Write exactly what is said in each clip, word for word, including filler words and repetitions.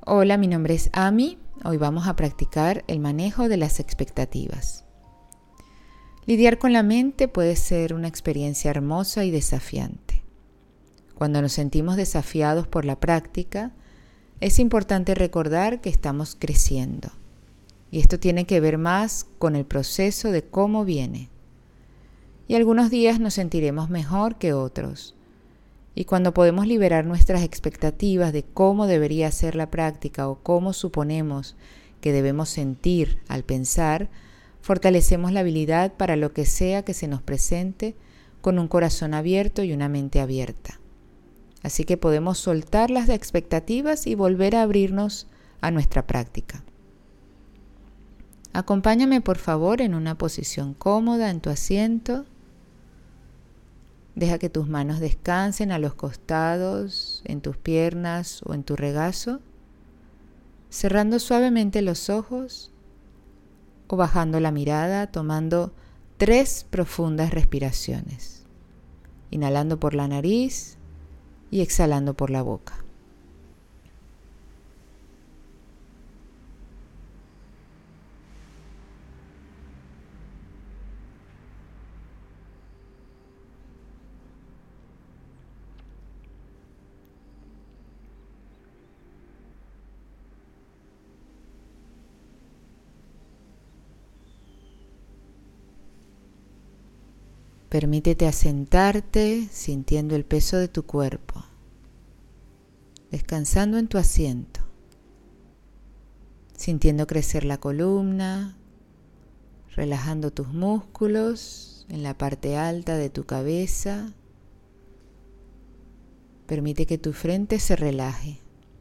Hola, mi nombre es Ami. Hoy vamos a practicar el manejo de las expectativas. Lidiar con la mente puede ser una experiencia hermosa y desafiante. Cuando nos sentimos desafiados por la práctica, es importante recordar que estamos creciendo. Y esto tiene que ver más con el proceso de cómo viene. Y algunos días nos sentiremos mejor que otros. Y cuando podemos liberar nuestras expectativas de cómo debería ser la práctica o cómo suponemos que debemos sentir al pensar, fortalecemos la habilidad para lo que sea que se nos presente con un corazón abierto y una mente abierta. Así que podemos soltar las expectativas y volver a abrirnos a nuestra práctica. Acompáñame por favor en una posición cómoda en tu asiento. Deja que tus manos descansen a los costados, en tus piernas o en tu regazo, cerrando suavemente los ojos o bajando la mirada, tomando tres profundas respiraciones, inhalando por la nariz y exhalando por la boca. Permítete asentarte sintiendo el peso de tu cuerpo, descansando en tu asiento, sintiendo crecer la columna, relajando tus músculos en la parte alta de tu cabeza. Permite que tu frente se relaje.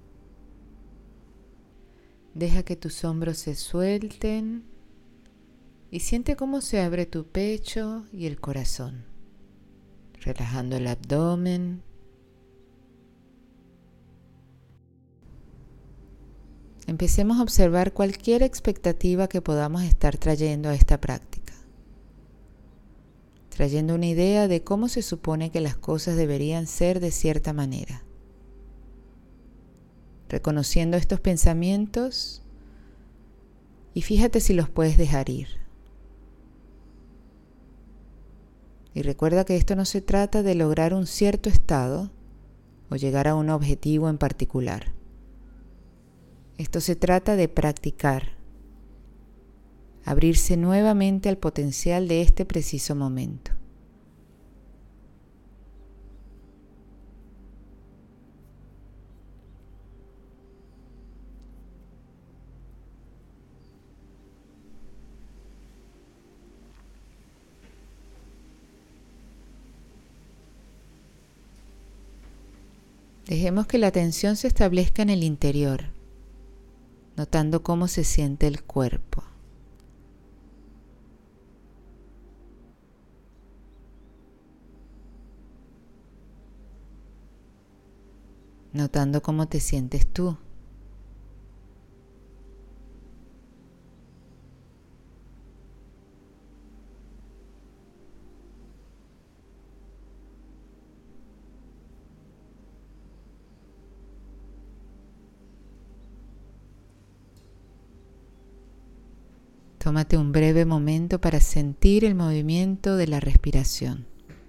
Deja que tus hombros se suelten. Y siente cómo se abre tu pecho y el corazón, relajando el abdomen. Empecemos a observar cualquier expectativa que podamos estar trayendo a esta práctica, trayendo una idea de cómo se supone que las cosas deberían ser de cierta manera. Reconociendo estos pensamientos y fíjate si los puedes dejar ir. Y recuerda que esto no se trata de lograr un cierto estado o llegar a un objetivo en particular. Esto se trata de practicar, abrirse nuevamente al potencial de este preciso momento. Dejemos que la atención se establezca en el interior, notando cómo se siente el cuerpo. Notando cómo te sientes tú. Tómate un breve momento para sentir el movimiento de la respiración.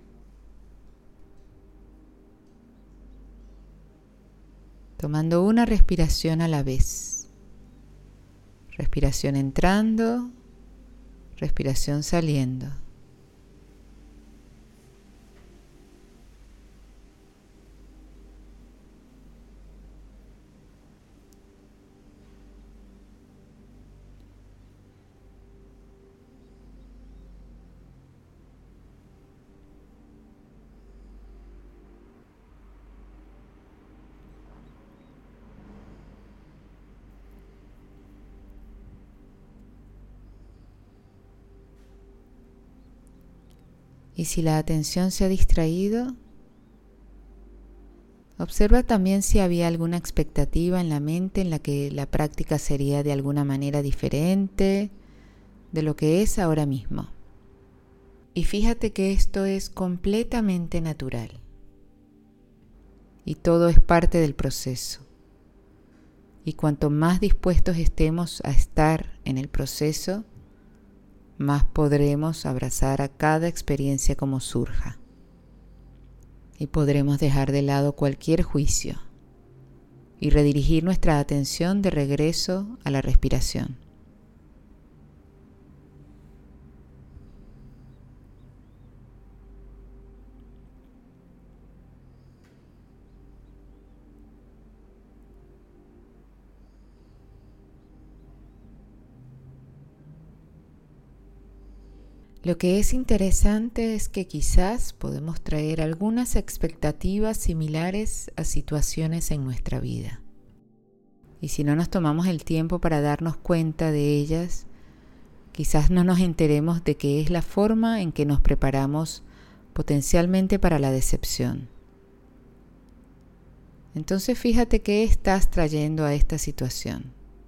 Tomando una respiración a la vez. Respiración entrando, respiración saliendo. Y si la atención se ha distraído, observa también si había alguna expectativa en la mente en la que la práctica sería de alguna manera diferente de lo que es ahora mismo. Y fíjate que esto es completamente natural. Y todo es parte del proceso. Y cuanto más dispuestos estemos a estar en el proceso, más podremos abrazar a cada experiencia como surja. Y podremos dejar de lado cualquier juicio y redirigir nuestra atención de regreso a la respiración. Lo que es interesante es que quizás podemos traer algunas expectativas similares a situaciones en nuestra vida. Y si no nos tomamos el tiempo para darnos cuenta de ellas, quizás no nos enteremos de que es la forma en que nos preparamos potencialmente para la decepción. Entonces fíjate qué estás trayendo a esta situación.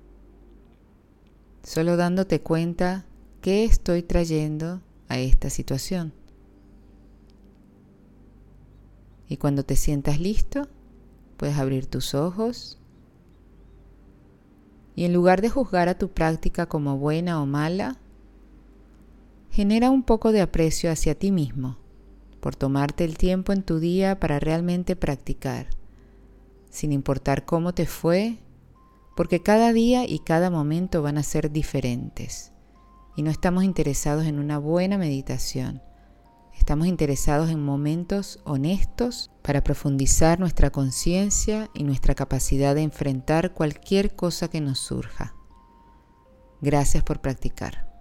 Solo dándote cuenta ¿qué estoy trayendo a esta situación? Y cuando te sientas listo, puedes abrir tus ojos y en lugar de juzgar a tu práctica como buena o mala, genera un poco de aprecio hacia ti mismo por tomarte el tiempo en tu día para realmente practicar, sin importar cómo te fue, porque cada día y cada momento van a ser diferentes. Y no estamos interesados en una buena meditación. Estamos interesados en momentos honestos para profundizar nuestra conciencia y nuestra capacidad de enfrentar cualquier cosa que nos surja. Gracias por practicar.